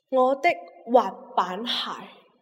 我的滑板鞋。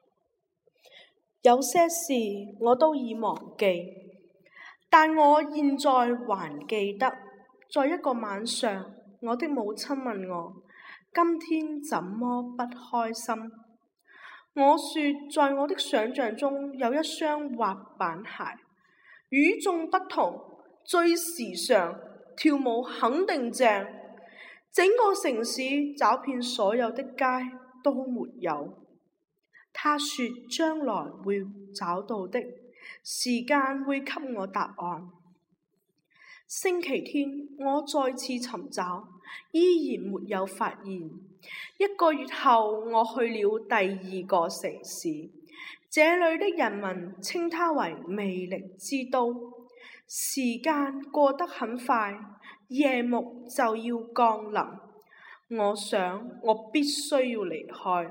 有些事我都已忘記，但我現在還記得，在一個晚上，我的母親問我，今天怎麼不開心？我說，在我的想象中有一雙滑板鞋，與眾不同，最時尚，跳舞肯定正，整個城市找遍所有的街都沒有。他說將來會找到的，時間會給我答案。星期天我再次尋找，依然沒有發現。1個月後我去了第2個城市，這裏的人民稱它為魅力之都。時間過得很快，夜幕就要降臨。我想我必須要離開。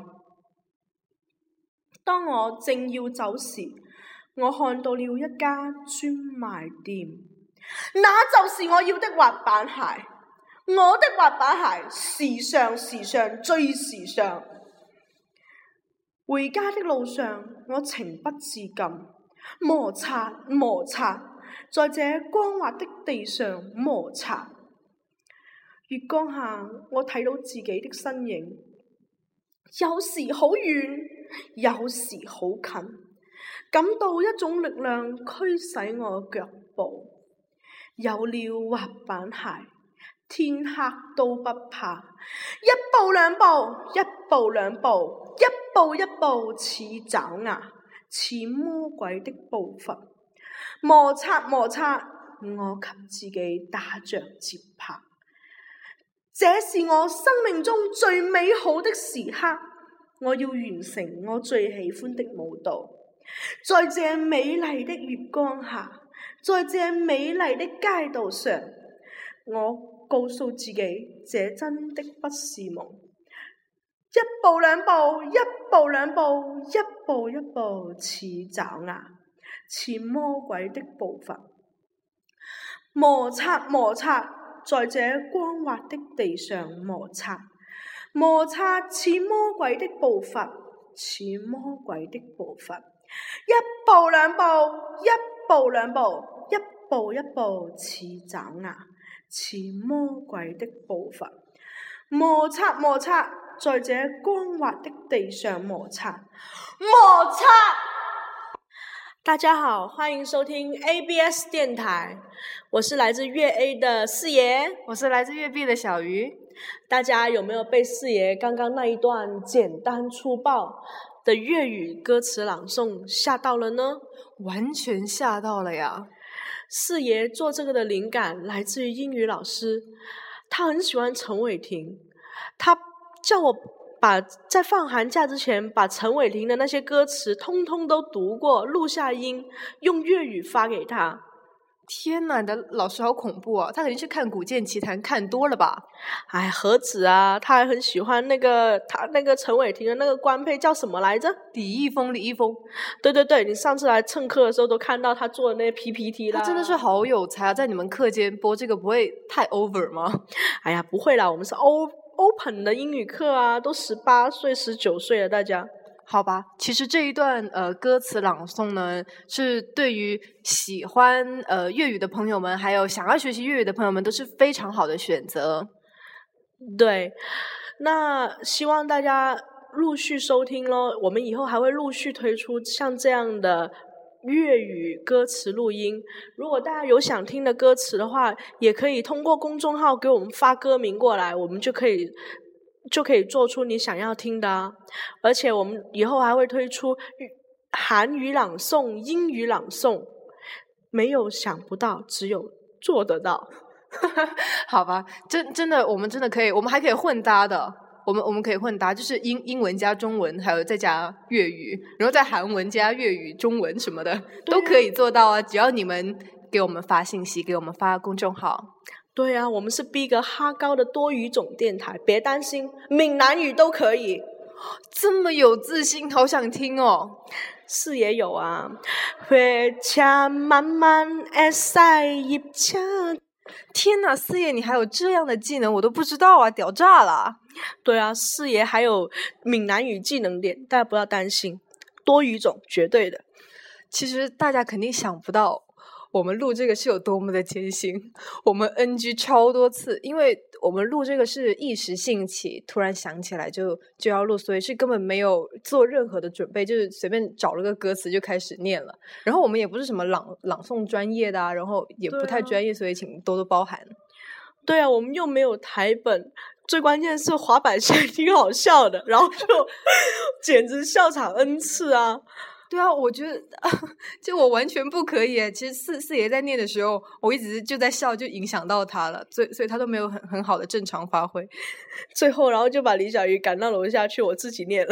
當我正要走時，我看到了一家專賣店，那就是我要的滑板鞋。我的滑板鞋，時尚時尚最時尚。回家的路上，我情不自禁摩擦摩擦，在這光滑的地上摩擦。月光下，我睇到自己的身影，有時好遠，有時好近，感到一種力量驅使我腳步。有了滑板鞋，天黑都不怕，一步兩步，一步兩步，一步一步似爪牙，似魔鬼的步伐。摩擦摩擦，我給自己打着節拍。這是我生命中最美好的時刻，我要完成我最喜歡的舞蹈。在這美麗的月光下，在這美麗的街道上，我告訴自己，這真的不是夢。一步兩步，一步兩步，一步一步似爪牙，似魔鬼的步伐。摩擦摩擦，在這光滑的地上摩擦，摩擦似魔鬼的步伐，似魔鬼的步伐。一步兩步，一步兩步，一步一步似爪牙，似魔鬼的步伐。摩擦摩擦，在這光滑的地上摩擦，摩擦。大家好，歡迎收聽 ABS 電台，我是來自粵 A 的四爺， 我是來自粵 B 的小魚。 大家有沒有被四爺剛剛那一段簡單粗暴的粵語歌詞朗誦嚇到了呢？ 完全嚇到了呀！ 四爺做這個的靈感來自於英語老師，他很喜歡陳偉霆，他叫我在放寒假之前把陳偉霆的那些歌詞通通都讀過，錄下音，用粵語發給他。 天哪，你的老師好恐怖啊！他肯定是看《古劍奇譚》看多了吧？ 哎，何止啊！他還很喜歡他那個陳偉霆的那個官配叫什麼來着？ 李易峰。 對對對，你上次來蹭課的時候都看到他做的那些 PPT 啦。 他真的是好有才啊！在你們課間播這個不會太 over 嗎？ 哎呀，不會啦，我們是 open 的英語課啊，都18歲、19歲了，大家。 好吧，其實這一段歌詞朗誦呢，是對於喜歡粵語的朋友們，還有想要學習粵語的朋友們，都是非常好的選擇。 對，那希望大家陸續收聽咯，我們以後還會陸續推出像這樣的粵語歌詞錄音。如果大家有想聽的歌詞的話，也可以通過公眾號給我們發歌名過來，我們就可以做出你想要聽的啊。而且我們以後還會推出韓語朗誦、英語朗誦，沒有想不到，只有做得到。 好吧，真的，我們真的可以，我們還可以混搭的。我們可以混搭，就是英文加中文，還有再加粵語，然後再韓文加粵語、中文什麼的，都可以做到啊！只要你們給我們發信息，給我們發公眾號。 對啊，我們是逼格哈高的多語種電台，別擔心，閩南語都可以。 這麼有自信，好想聽哦。 是也有啊。火車慢慢的駛入車天哪，四爷你还有这样的技能，我都不知道啊，屌炸了！ 对啊，四爷还有闽南语技能点，大家不要担心，多语种绝对的。 其实大家肯定想不到，我们录这个是有多么的艰辛，我们 NG 超多次，因为我们录这个是一时兴起，突然想起来就要录，所以是根本没有做任何的准备，就是随便找了个歌词就开始念了。然后我们也不是什么朗诵专业的啊，然后也不太专业，所以请多多包涵。 对啊，我们又没有台本，最关键是滑板鞋挺好笑的，然后就简直笑场 N 次啊。 对啊，我觉得就我完全不可以。其实四爷在念的时候，我一直就在笑，就影响到他了，所以他都没有很好的正常发挥。 最后，然后就把李小鱼赶到楼下去，我自己念了。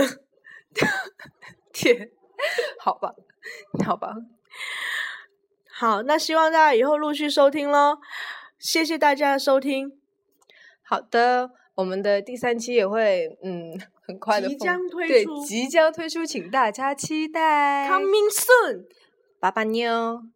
天，好吧，好吧， 好，那希望大家以后陆续收听咯，谢谢大家的收听。 好的，我们的第3期也会很快的即将推出， 对，即将推出，请大家期待。 Coming soon， 拜拜妞。